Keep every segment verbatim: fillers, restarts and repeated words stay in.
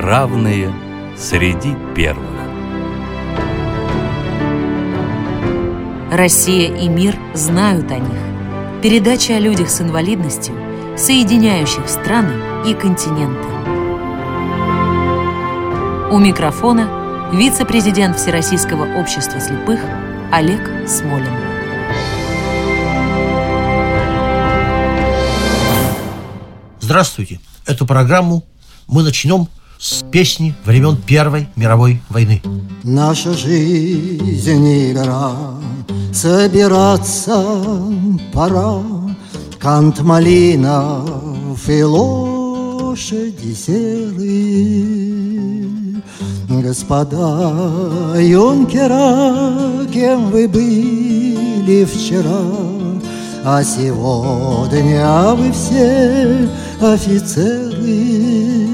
равные среди первых. Россия и мир знают о них. Передача о людях с инвалидностью, соединяющих страны и континенты. У микрофона вице-президент Всероссийского общества слепых Олег Смолин. Здравствуйте! Эту программу мы начнем с песни времен Первой мировой войны. Наша жизнь игра, собираться пора. Кант малинов и лошади серые. Господа юнкера, кем вы были вчера, а сегодня вы все офицеры.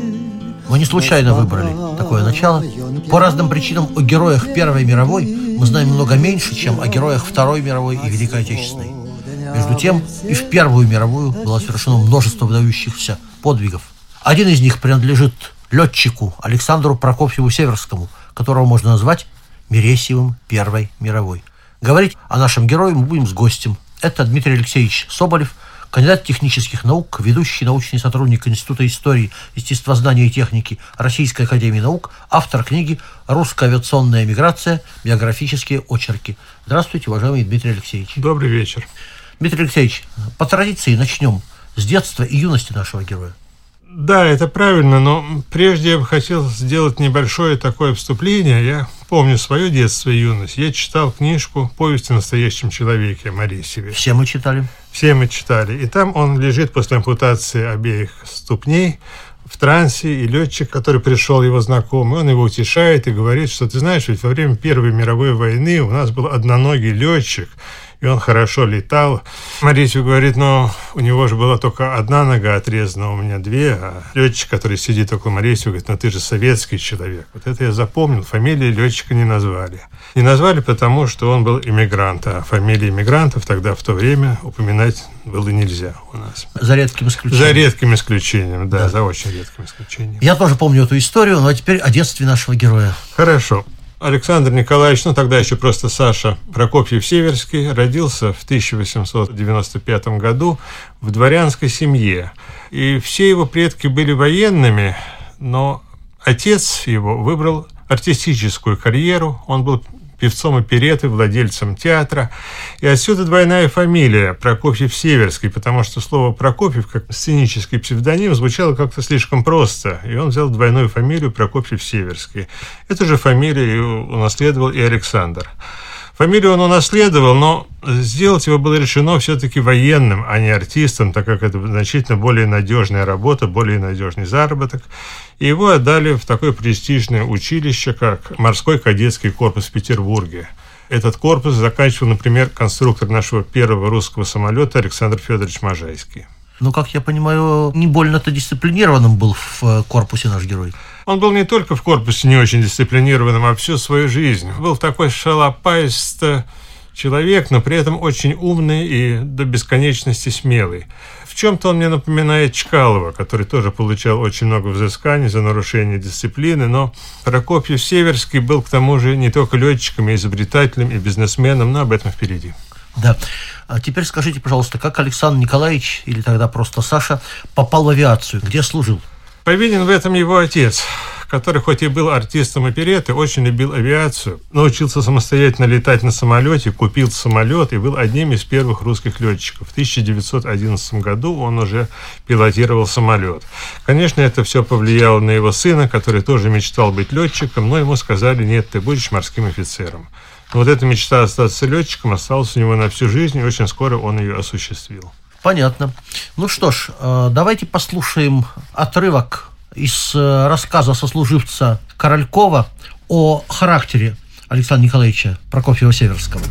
Мы не случайно выбрали такое начало. По разным причинам о героях Первой мировой мы знаем много меньше, чем о героях Второй мировой и Великой Отечественной. Между тем, и в Первую мировую было совершено множество выдающихся подвигов. Один из них принадлежит летчику Александру Прокофьеву Северскому, которого можно назвать Мересьевым Первой мировой. Говорить о нашем герое мы будем с гостем. Это Дмитрий Алексеевич Соболев, кандидат технических наук, ведущий научный сотрудник Института истории, естествознания и техники Российской академии наук, автор книги «Русская авиационная миграция. Биографические очерки». Здравствуйте, уважаемый Дмитрий Алексеевич. Добрый вечер. Дмитрий Алексеевич, по традиции начнем с детства и юности нашего героя. Да, это правильно, но прежде я бы хотел сделать небольшое такое вступление. Я помню свое детство и юность. Я читал книжку «Повесть о настоящем человеке» о Моресьеве. Все мы читали. Все мы читали. И там он лежит после ампутации обеих ступней в трансе, и летчик, который пришел, его знакомый, он его утешает и говорит, что ты знаешь, ведь во время Первой мировой войны у нас был одноногий летчик, и он хорошо летал. Моресьев говорит, но у него же была только одна нога отрезана, у меня две. А летчик, который сидит около Моресьева, говорит, ну ты же советский человек. Вот это я запомнил, фамилии летчика не назвали. Не назвали, потому что он был иммигрант, а фамилии иммигрантов тогда в то время упоминать было нельзя у нас. За редким исключением. За редким исключением, да, да. За очень редким исключением. Я тоже помню эту историю, но теперь о детстве нашего героя. Хорошо. Александр Николаевич, ну тогда еще просто Саша Прокофьев-Северский, родился в тысяча восемьсот девяносто пятом году в дворянской семье. И все его предки были военными, но отец его выбрал артистическую карьеру. Он был певцом оперетты, владельцем театра. И отсюда двойная фамилия Прокофьев-Северский, потому что слово Прокофьев, как сценический псевдоним, звучало как-то слишком просто. И он взял двойную фамилию Прокофьев-Северский. Эту же фамилию унаследовал и Александр. Фамилию он унаследовал, но сделать его было решено все-таки военным, а не артистом, так как это значительно более надежная работа, более надежный заработок. И его отдали в такое престижное училище, как Морской кадетский корпус в Петербурге. Этот корпус заканчивал, например, конструктор нашего первого русского самолета Александр Федорович Можайский. Ну, как я понимаю, не больно-то дисциплинированным был в корпусе наш герой. Он был не только в корпусе не очень дисциплинированным, а всю свою жизнь. Был такой шалопайст человек, но при этом очень умный и до бесконечности смелый. В чем-то он мне напоминает Чкалова, который тоже получал очень много взысканий за нарушение дисциплины, но Прокофьев-Северский был к тому же не только летчиком, и изобретателем, и бизнесменом, но об этом впереди. Да. А теперь скажите, пожалуйста, как Александр Николаевич, или тогда просто Саша, попал в авиацию? Где служил? Повинен в этом его отец, который хоть и был артистом оперетты, очень любил авиацию, научился самостоятельно летать на самолете, купил самолет и был одним из первых русских летчиков. В тысяча девятьсот одиннадцатом году он уже пилотировал самолет. Конечно, это все повлияло на его сына, который тоже мечтал быть летчиком, но ему сказали, нет, ты будешь морским офицером. Но вот эта мечта остаться летчиком осталась у него на всю жизнь, и очень скоро он ее осуществил. Понятно. Ну что ж, давайте послушаем отрывок из рассказа сослуживца Королькова о характере Александра Николаевича Прокофьева-Северского.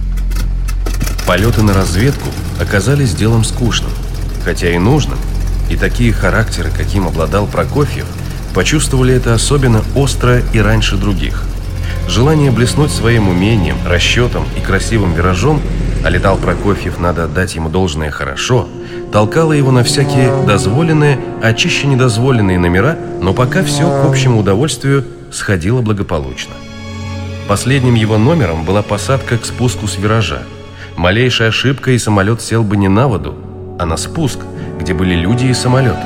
Полеты на разведку оказались делом скучным, хотя и нужным, и такие характеры, каким обладал Прокофьев, почувствовали это особенно остро и раньше других. Желание блеснуть своим умением, расчетом и красивым виражом а летал Прокофьев, надо отдать ему должное, хорошо, толкало его на всякие дозволенные, а чище недозволенные номера, но пока все к общему удовольствию сходило благополучно. Последним его номером была посадка к спуску с виража. Малейшая ошибка, и самолет сел бы не на воду, а на спуск, где были люди и самолеты.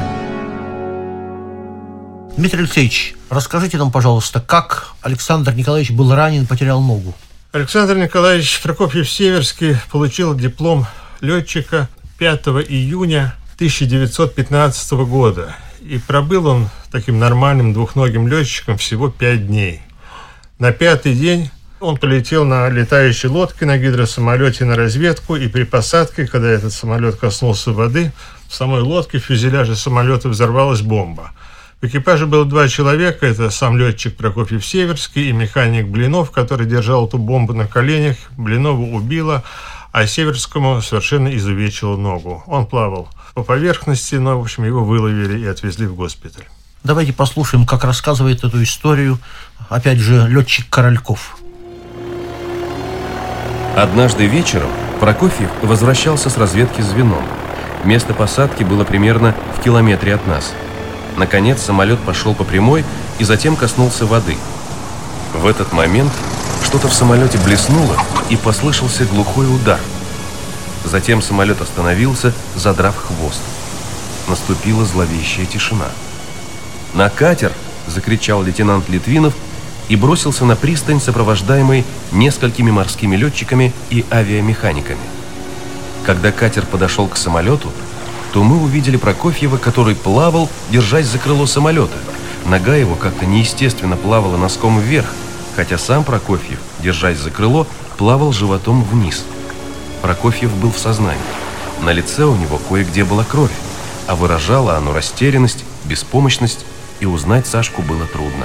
Дмитрий Алексеевич, расскажите нам, пожалуйста, как Александр Николаевич был ранен, потерял ногу? Александр Николаевич Прокофьев-Северский получил диплом летчика пятого июня тысяча девятьсот пятнадцатого года. И пробыл он таким нормальным двухногим летчиком всего пять дней. На пятый день он полетел на летающей лодке на гидросамолете на разведку, и при посадке, когда этот самолет коснулся воды, в самой лодке в фюзеляже самолета взорвалась бомба. В экипаже было два человека, это сам летчик Прокофьев-Северский и механик Блинов, который держал эту бомбу на коленях. Блинова убило, а Северскому совершенно изувечило ногу. Он плавал по поверхности, но, в общем, его выловили и отвезли в госпиталь. Давайте послушаем, как рассказывает эту историю, опять же, летчик Корольков. Однажды вечером Прокофьев возвращался с разведки звеном. Место посадки было примерно в километре от нас. Наконец самолет пошел по прямой и затем коснулся воды. В этот момент что-то в самолете блеснуло, и послышался глухой удар. Затем самолет остановился, задрав хвост. Наступила зловещая тишина. «На катер!» – закричал лейтенант Литвинов и бросился на пристань, сопровождаемый несколькими морскими летчиками и авиамеханиками. Когда катер подошел к самолету, то мы увидели Прокофьева, который плавал, держась за крыло самолета. Нога его как-то неестественно плавала носком вверх, хотя сам Прокофьев, держась за крыло, плавал животом вниз. Прокофьев был в сознании. На лице у него кое-где была кровь, а выражало оно растерянность, беспомощность, и узнать Сашку было трудно.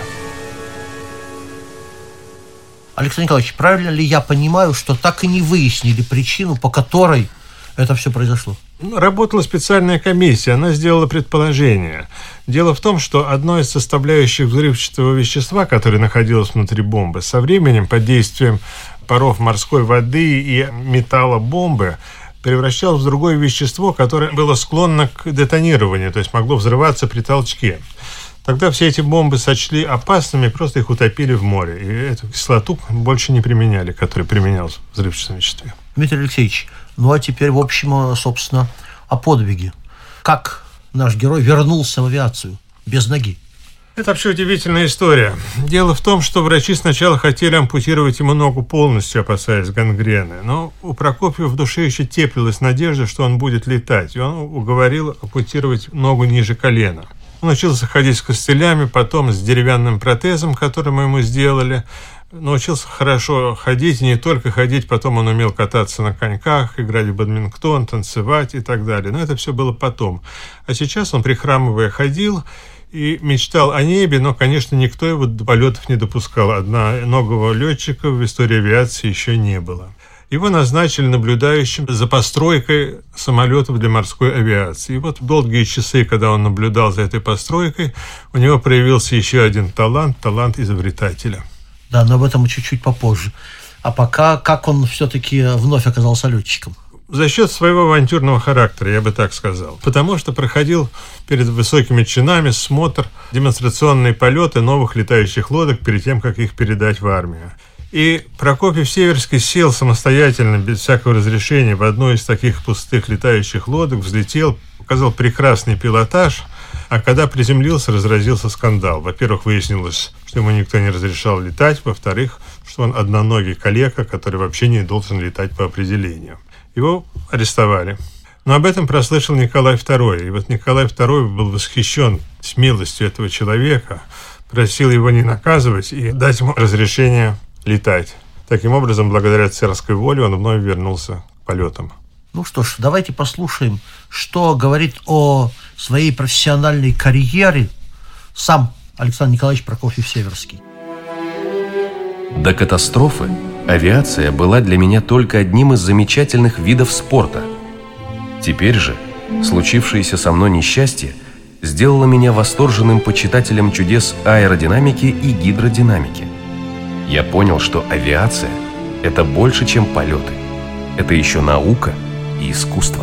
Александр Николаевич, правильно ли я понимаю, что так и не выяснили причину, по которой это все произошло? Работала специальная комиссия, она сделала предположение. Дело в том, что одно из составляющих взрывчатого вещества, которое находилось внутри бомбы, со временем под действием паров морской воды и металла бомбы превращалось в другое вещество, которое было склонно к детонированию, то есть могло взрываться при толчке. Тогда все эти бомбы сочли опасными, просто их утопили в море. И эту кислоту больше не применяли, которая применялась в взрывчатом веществе. Дмитрий Алексеевич, ну а теперь, в общем, собственно, о подвиге. Как наш герой вернулся в авиацию без ноги? Это вообще удивительная история. Дело в том, что врачи сначала хотели ампутировать ему ногу полностью, опасаясь гангрены. Но у Прокофьева в душе еще теплилась надежда, что он будет летать. И он уговорил ампутировать ногу ниже колена. Он учился ходить с костылями, потом с деревянным протезом, который мы ему сделали. Научился хорошо ходить, и не только ходить, потом он умел кататься на коньках, играть в бадминтон, танцевать и так далее. Но это все было потом. А сейчас он, прихрамывая, ходил и мечтал о небе, но, конечно, никто его до полетов не допускал. Одноногого летчика в истории авиации еще не было. Его назначили наблюдающим за постройкой самолетов для морской авиации. И вот в долгие часы, когда он наблюдал за этой постройкой, у него проявился еще один талант, талант изобретателя. Да, но об этом чуть-чуть попозже. А пока, как он все-таки вновь оказался летчиком? За счет своего авантюрного характера, я бы так сказал. Потому что проходил перед высокими чинами смотр, демонстрационные полеты новых летающих лодок перед тем, как их передать в армию. И Прокофьев-Северский сел самостоятельно, без всякого разрешения, в одну из таких пустых летающих лодок, взлетел, показал прекрасный пилотаж, а когда приземлился, разразился скандал. Во-первых, выяснилось, что ему никто не разрешал летать, во-вторых, что он одноногий калека, который вообще не должен летать по определению. Его арестовали. Но об этом прослышал Николай второй. И вот Николай второй был восхищен смелостью этого человека, просил его не наказывать и дать ему разрешение летать. Таким образом, благодаря царской воле, он вновь вернулся к полетам. Ну что ж, давайте послушаем, что говорит о своей профессиональной карьере сам Александр Николаевич Прокофьев-Северский. До катастрофы авиация была для меня только одним из замечательных видов спорта. Теперь же случившееся со мной несчастье сделало меня восторженным почитателем чудес аэродинамики и гидродинамики. Я понял, что авиация – это больше, чем полеты. Это еще наука и искусство.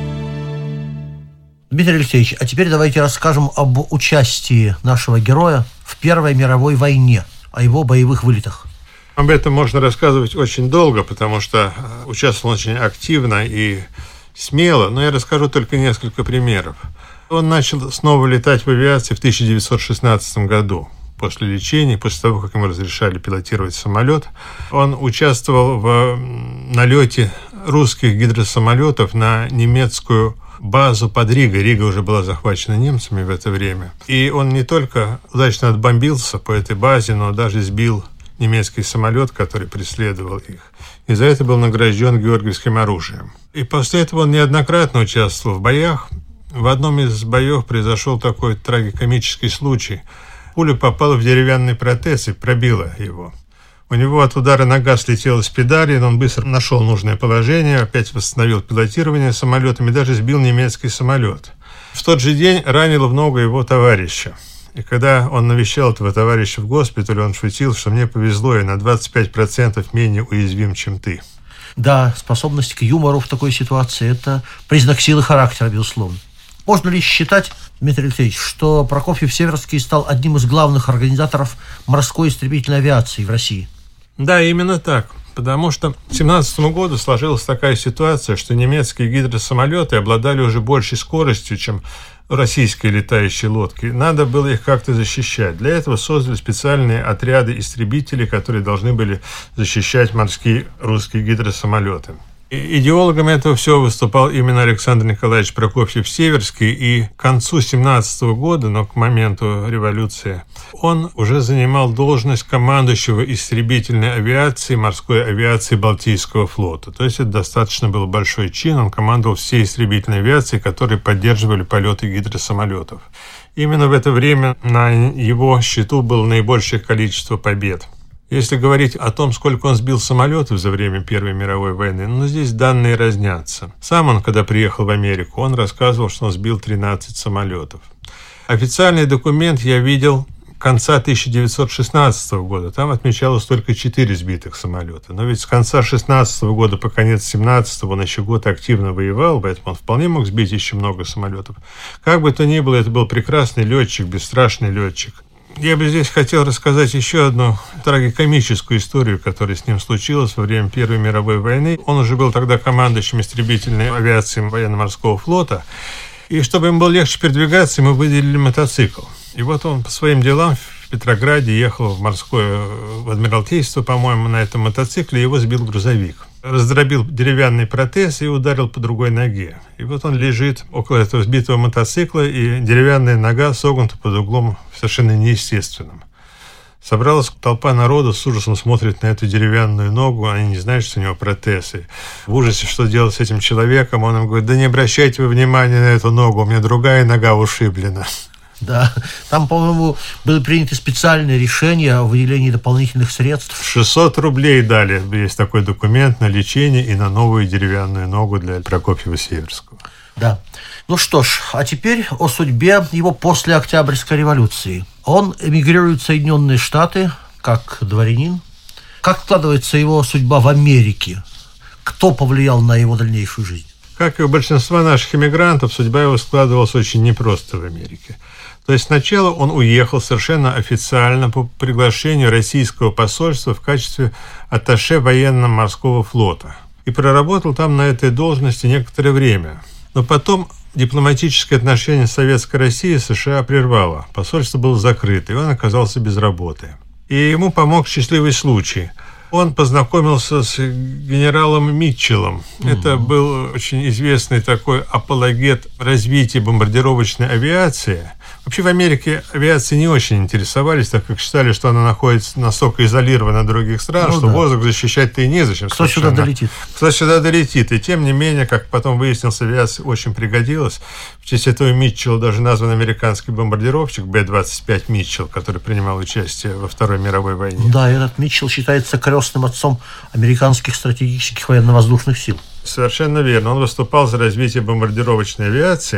Дмитрий Алексеевич, а теперь давайте расскажем об участии нашего героя в Первой мировой войне, о его боевых вылетах. Об этом можно рассказывать очень долго, потому что участвовал очень активно и смело, но я расскажу только несколько примеров. Он начал снова летать в авиации в тысяча девятьсот шестнадцатом году. После лечения, после того, как ему разрешали пилотировать самолет, он участвовал в налете русских гидросамолетов на немецкую базу под Ригой. Рига уже была захвачена немцами в это время. И он не только удачно отбомбился по этой базе, но даже сбил немецкий самолет, который преследовал их. И за это был награжден Георгиевским оружием. И после этого он неоднократно участвовал в боях. В одном из боев произошел такой трагикомический случай. Пуля попала в деревянный протез и пробила его. У него от удара нога слетела с педали, но он быстро нашел нужное положение, опять восстановил пилотирование самолетом и даже сбил немецкий самолет. В тот же день ранило в ногу его товарища. И когда он навещал этого товарища в госпитале, он шутил, что мне повезло, я на двадцать пять процентов менее уязвим, чем ты. Да, способность к юмору в такой ситуации – это признак силы характера, безусловно. Можно ли считать, Дмитрий Алексеевич, что Прокофьев-Северский стал одним из главных организаторов морской истребительной авиации в России? Да, именно так. Потому что к тысяча девятьсот семнадцатому году сложилась такая ситуация, что немецкие гидросамолеты обладали уже большей скоростью, чем российские летающие лодки. Надо было их как-то защищать. Для этого создали специальные отряды истребителей, которые должны были защищать морские русские гидросамолеты. Идеологом этого всего выступал именно Александр Николаевич Прокофьев-Северский, и к концу семнадцатого года, но к моменту революции, он уже занимал должность командующего истребительной авиации, морской авиации Балтийского флота. То есть это достаточно был большой чин, он командовал всей истребительной авиацией, которые поддерживали полеты гидросамолетов. Именно в это время на его счету было наибольшее количество побед. Если говорить о том, сколько он сбил самолетов за время Первой мировой войны, ну, здесь данные разнятся. Сам он, когда приехал в Америку, он рассказывал, что он сбил тринадцать самолетов. Официальный документ я видел конца тысяча девятьсот шестнадцатого года. Там отмечалось только четыре сбитых самолета. Но ведь с конца шестнадцатого года по конец семнадцатого он еще год активно воевал, поэтому он вполне мог сбить еще много самолетов. Как бы то ни было, это был прекрасный летчик, бесстрашный летчик. Я бы здесь хотел рассказать еще одну трагикомическую историю, которая с ним случилась во время Первой мировой войны. Он уже был тогда командующим истребительной авиацией военно-морского флота. И чтобы ему было легче передвигаться, ему выделили мотоцикл. И вот он по своим делам в Петрограде ехал в морское в Адмиралтейство, по-моему, на этом мотоцикле, и его сбил грузовик. Раздробил деревянный протез и ударил по другой ноге. И вот он лежит около этого сбитого мотоцикла, и деревянная нога согнута под углом совершенно неестественным. Собралась толпа народу, с ужасом смотрит на эту деревянную ногу, они не знают, что у него протез. И в ужасе, что делать с этим человеком, он им говорит: да не обращайте вы внимания на эту ногу, у меня другая нога ушиблена. Да, там, по-моему, были приняты специальные решения о выделении дополнительных средств. шестьсот рублей дали, есть такой документ, на лечение и на новую деревянную ногу для Прокофьева-Северского. Да. Ну что ж, а теперь о судьбе его после Октябрьской революции. Он эмигрирует в Соединенные Штаты как дворянин. Как складывается его судьба в Америке? Кто повлиял на его дальнейшую жизнь? Как и у большинства наших эмигрантов, судьба его складывалась очень непросто в Америке. То есть сначала он уехал совершенно официально по приглашению российского посольства в качестве атташе военно-морского флота. И проработал там на этой должности некоторое время. Но потом дипломатические отношения Советской России и США прервало. Посольство было закрыто, и он оказался без работы. И ему помог счастливый случай. Он познакомился с генералом Митчеллом. Mm-hmm. Это был очень известный такой апологет развития бомбардировочной авиации. Вообще в Америке авиацией не очень интересовались, так как считали, что она находится настолько изолирована от других стран, ну, что да. воздух защищать-то и незачем. Кто совершенно. сюда долетит? Кто сюда долетит. И тем не менее, как потом выяснилось, авиация очень пригодилась. В честь этого Митчелла даже назван американский бомбардировщик Бэ двадцать пять Митчелл, который принимал участие во Второй мировой войне. Да, этот Митчелл считается крестным отцом американских стратегических военно-воздушных сил. Совершенно верно. Он выступал за развитие бомбардировочной авиации.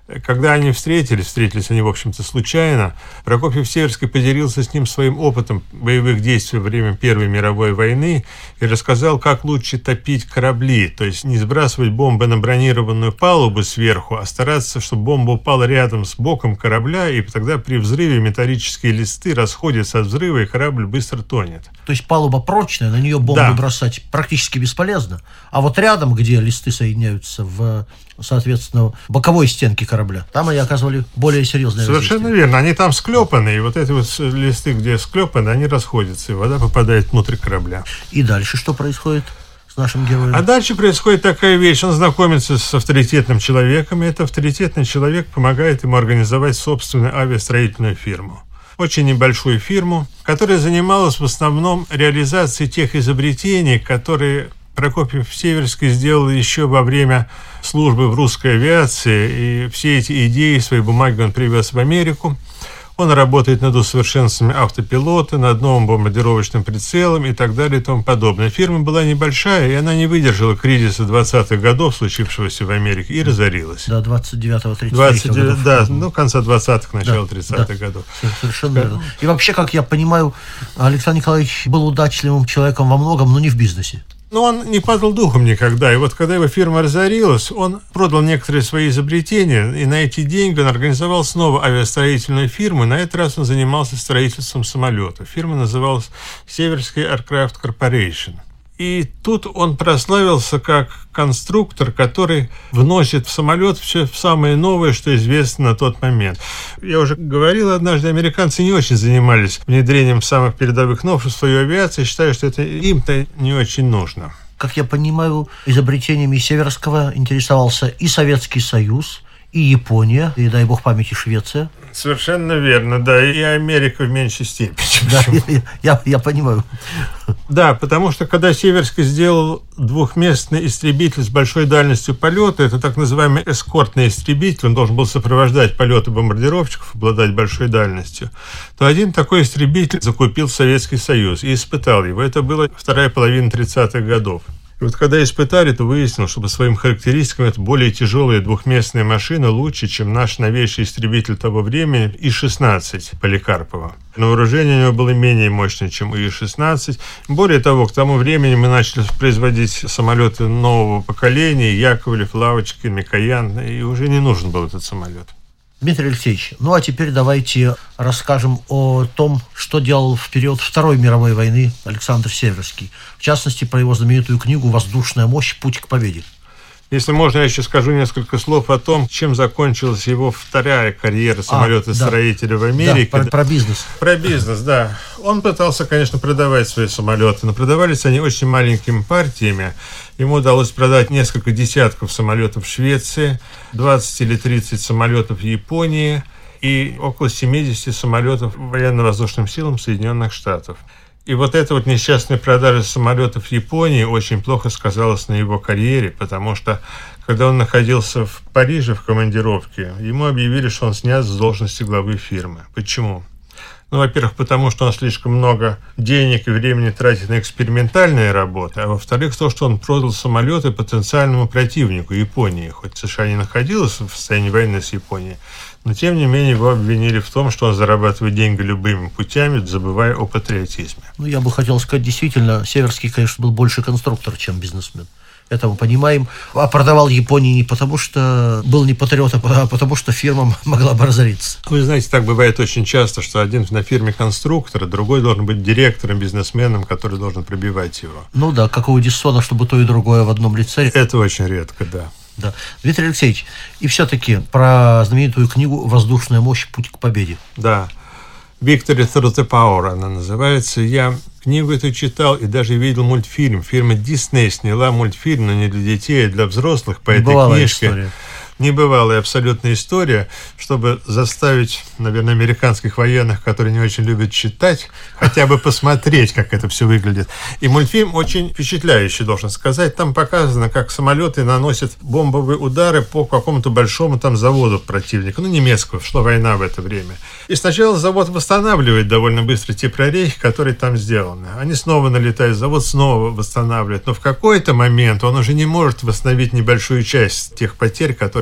Когда они встретились, встретились они, в общем-то, случайно, Прокофьев-Северский поделился с ним своим опытом боевых действий во время Первой мировой войны и рассказал, как лучше топить корабли, то есть не сбрасывать бомбы на бронированную палубу сверху, а стараться, чтобы бомба упала рядом с боком корабля, и тогда при взрыве металлические листы расходятся от взрыва, и корабль быстро тонет. То есть палуба прочная, на нее бомбу Да. бросать практически бесполезно, а вот рядом, где листы соединяются в, соответственно, боковой стенке корабля, там они оказывали более серьезное Совершенно воздействие. верно. Они там склепаны, и вот эти вот листы, где склепаны, они расходятся, и вода попадает внутрь корабля. И дальше что происходит с нашим героем? А дальше происходит такая вещь. Он знакомится с авторитетным человеком, и этот авторитетный человек помогает ему организовать собственную авиастроительную фирму. Очень небольшую фирму, которая занималась в основном реализацией тех изобретений, которые Прокофьев-Северский сделал еще во время службы в русской авиации, и все эти идеи, свои бумаги он привез в Америку. Он работает над усовершенствованием автопилота, над новым бомбардировочным прицелом и так далее и тому подобное. Фирма была небольшая, и она не выдержала кризиса двадцатых годов, случившегося в Америке, и разорилась. До двадцать девятого тридцать третьего годов. Да, ну, конца двадцатых, начала Да, тридцатых да. годов. Совершенно верно. И вообще, как я понимаю, Александр Николаевич был удачливым человеком во многом, но не в бизнесе. Но он не падал духом никогда. И вот когда его фирма разорилась, он продал некоторые свои изобретения, и на эти деньги он организовал снова авиастроительную фирму. И на этот раз он занимался строительством самолетов. Фирма называлась Северский Aircraft Corporation. И тут он прославился как конструктор, который вносит в самолет все самое новое, что известно на тот момент. Я уже говорил однажды, американцы не очень занимались внедрением самых передовых новшеств в свою авиацию. Считаю, что это им-то не очень нужно. Как я понимаю, изобретениями Северского интересовался и Советский Союз, и Япония, и, дай бог памяти, Швеция. Совершенно верно, да, и Америка в меньшей степени. Да, я, я, я понимаю. Да, потому что когда Северский сделал двухместный истребитель с большой дальностью полета, это так называемый эскортный истребитель, он должен был сопровождать полеты бомбардировщиков, обладать большой дальностью, то один такой истребитель закупил Советский Союз и испытал его. Это была вторая половина тридцатых годов. И вот когда испытали, то выяснилось, что по своим характеристикам это более тяжелая двухместная машина, лучше, чем наш новейший истребитель того времени И шестнадцать Поликарпова. На вооружение у него было менее мощное, чем И шестнадцать. Более того, к тому времени мы начали производить самолеты нового поколения, Яковлев, Лавочкин, Микоян, и уже не нужен был этот самолет. Дмитрий Алексеевич, ну а теперь давайте расскажем о том, что делал в период Второй мировой войны Александр Северский. В частности, про его знаменитую книгу «Воздушная мощь. Путь к победе». Если можно, я еще скажу несколько слов о том, чем закончилась его вторая карьера самолетостроителя а, в Америке. Да, про, про бизнес. Про бизнес, да. Он пытался, конечно, продавать свои самолеты, но продавались они очень маленькими партиями. Ему удалось продать несколько десятков самолетов в Швеции, двадцать или тридцать самолетов в Японии и около семьдесят самолетов военно-воздушным силам Соединенных Штатов. И вот эта вот несчастная продажа самолетов в Японии очень плохо сказалась на его карьере, потому что, когда он находился в Париже в командировке, ему объявили, что он снят с должности главы фирмы. Почему? Ну, во-первых, потому что он слишком много денег и времени тратит на экспериментальные работы, а во-вторых, то, что он продал самолеты потенциальному противнику Японии. Хоть США не находилась в состоянии войны с Японией, но тем не менее его обвинили в том, что он зарабатывает деньги любыми путями, забывая о патриотизме. Ну, я бы хотел сказать, действительно, Северский, конечно, был больше конструктор, чем бизнесмен. Это мы понимаем. А продавал Японии не потому, что был не патриот, а потому, что фирма могла бы разориться. Вы знаете, так бывает очень часто, что один на фирме конструктор, а другой должен быть директором, бизнесменом, который должен пробивать его. Ну да, как у Эдисона, чтобы то и другое в одном лице. Это очень редко, да. Да. Дмитрий Алексеевич, и все-таки про знаменитую книгу «Воздушная мощь. Путь к победе». Да. «Victory Through the Power» она называется. Я книгу эту читал и даже видел мультфильм. Фирма Disney сняла мультфильм, но не для детей, а для взрослых по этой Бывалая книжке. История. Небывалая абсолютная история, чтобы заставить, наверное, американских военных, которые не очень любят читать, хотя бы посмотреть, как это все выглядит. И мультфильм очень впечатляющий, должен сказать. Там показано, как самолеты наносят бомбовые удары по какому-то большому там заводу противника, ну, немецкого, шла война в это время. И сначала завод восстанавливает довольно быстро те прорехи, которые там сделаны. Они снова налетают, завод снова восстанавливает. Но в какой-то момент он уже не может восстановить небольшую часть тех потерь, которые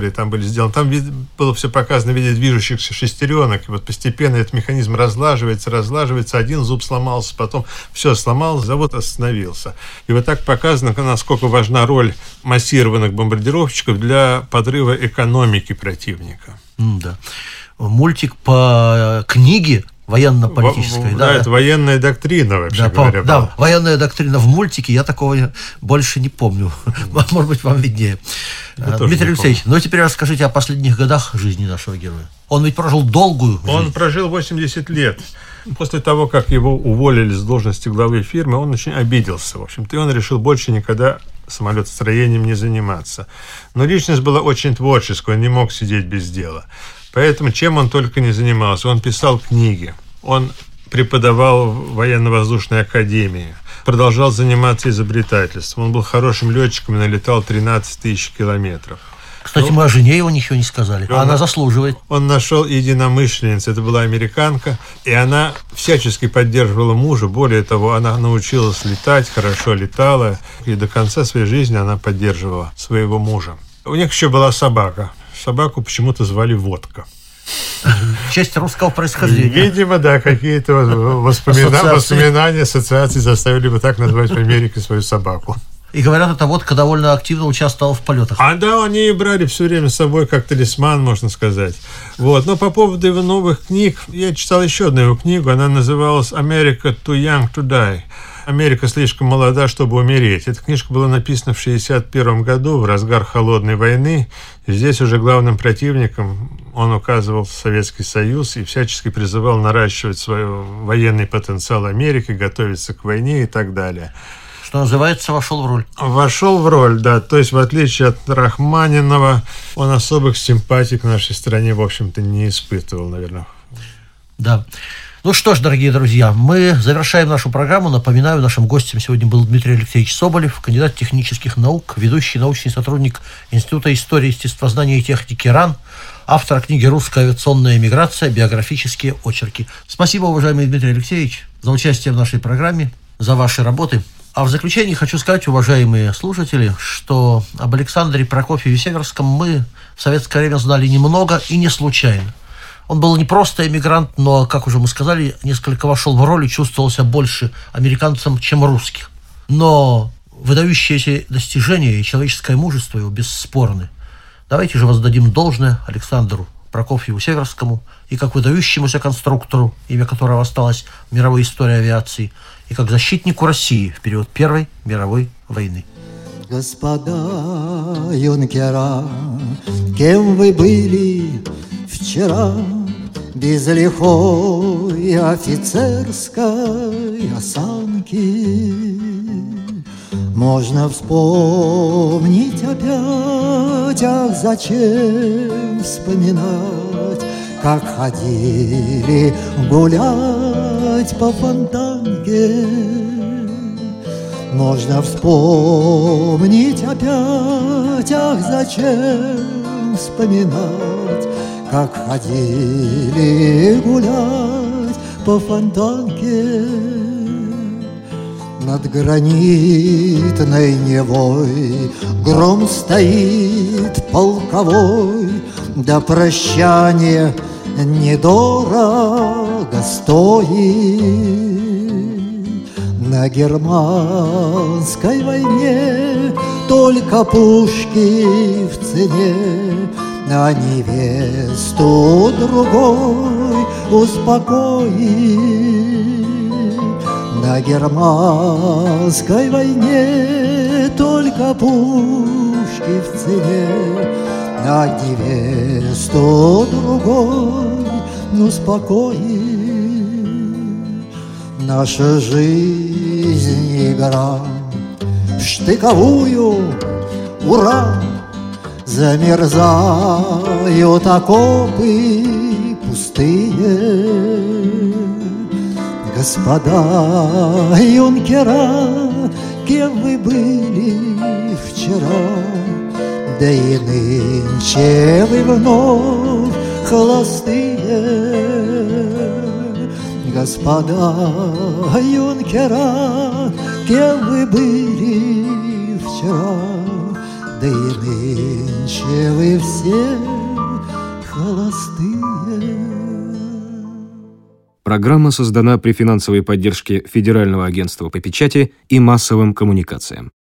которые там были сделаны. Там вид, было все показано в виде движущихся шестеренок, и вот постепенно этот механизм разлаживается, разлаживается, один зуб сломался, потом все сломалось, завод остановился. И вот так показано, насколько важна роль массированных бомбардировщиков для подрыва экономики противника. Mm, да. Мультик по книге военно-политической. В, да, да, это военная доктрина, вообще да, говоря. По, да, военная доктрина в мультике, я такого больше не помню. Может быть, вам виднее. Я Дмитрий Алексеевич, ну теперь расскажите о последних годах жизни нашего героя. Он ведь прожил долгую жизнь. Он прожил восемьдесят лет. После того, как его уволили с должности главы фирмы, он очень обиделся, в общем-то, и он решил больше никогда самолетостроением не заниматься. Но личность была очень творческая, он не мог сидеть без дела. Поэтому чем он только не занимался. Он писал книги, он преподавал в военно-воздушной академии, продолжал заниматься изобретательством. Он был хорошим летчиком и налетал тринадцать тысяч километров. Кстати, мы о жене его ничего не сказали. Он, она заслуживает. Он нашел единомышленницу. Это была американка. И она всячески поддерживала мужа. Более того, она научилась летать, хорошо летала. И до конца своей жизни она поддерживала своего мужа. У них еще была собака. Собаку почему-то звали Водка. Честь русского происхождения. Видимо, да, какие-то воспоминания, ассоциации. воспоминания, ассоциации заставили бы так назвать в Америке свою собаку. И говорят, эта водка довольно активно участвовала в полетах. А да, они ее брали все время с собой как талисман, можно сказать. Вот. Но по поводу его новых книг, я читал еще одну его книгу, она называлась «America too young to die». «Америка слишком молода, чтобы умереть». Эта книжка была написана в шестьдесят первом году, в разгар холодной войны. И здесь уже главным противником он указывал Советский Союз и всячески призывал наращивать свой военный потенциал Америки, готовиться к войне и так далее. Что называется, вошел в роль. Вошел в роль, да. То есть, в отличие от Рахманинова, он особых симпатий к нашей стране, в общем-то, не испытывал, наверное. Да. Ну что ж, дорогие друзья, мы завершаем нашу программу. Напоминаю, нашим гостем сегодня был Дмитрий Алексеевич Соболев, кандидат технических наук, ведущий научный сотрудник Института истории, естествознания и техники РАН, автор книги «Русская авиационная эмиграция. Биографические очерки». Спасибо, уважаемый Дмитрий Алексеевич, за участие в нашей программе, за ваши работы. А в заключение хочу сказать, уважаемые слушатели, что об Александре Прокофьеве Северском мы в советское время знали немного и не случайно. Он был не просто эмигрант, но, как уже мы сказали, несколько вошел в роль и чувствовался больше американцем, чем русских. Но выдающиеся достижения и человеческое мужество его бесспорны. Давайте же воздадим должное Александру Прокофьеву Северскому и как выдающемуся конструктору, имя которого осталось в мировой истории авиации, и как защитнику России в период Первой мировой войны. Господа юнкера, кем вы были вчера, без лихой офицерской осанки? Можно вспомнить опять, ах, зачем вспоминать, как ходили гулять по Фонтанке. Можно вспомнить опять, ах, зачем вспоминать, как ходили гулять по Фонтанке. Над гранитной Невой гром стоит полковой, до прощания недорого стоит. На германской войне только пушки в цене, а невесту другой успокоит. На германской войне только пушки в цене, а невесту другой успокоит. Наша жизнь игра в штыковую, ура! Замерзают окопы пустые. Господа юнкера, кем вы были вчера, да и нынче вы вновь холостые. Господа юнкера, кем вы были вчера, да и нынче вы мы все холостые. Программа создана при финансовой поддержке Федерального агентства по печати и массовым коммуникациям.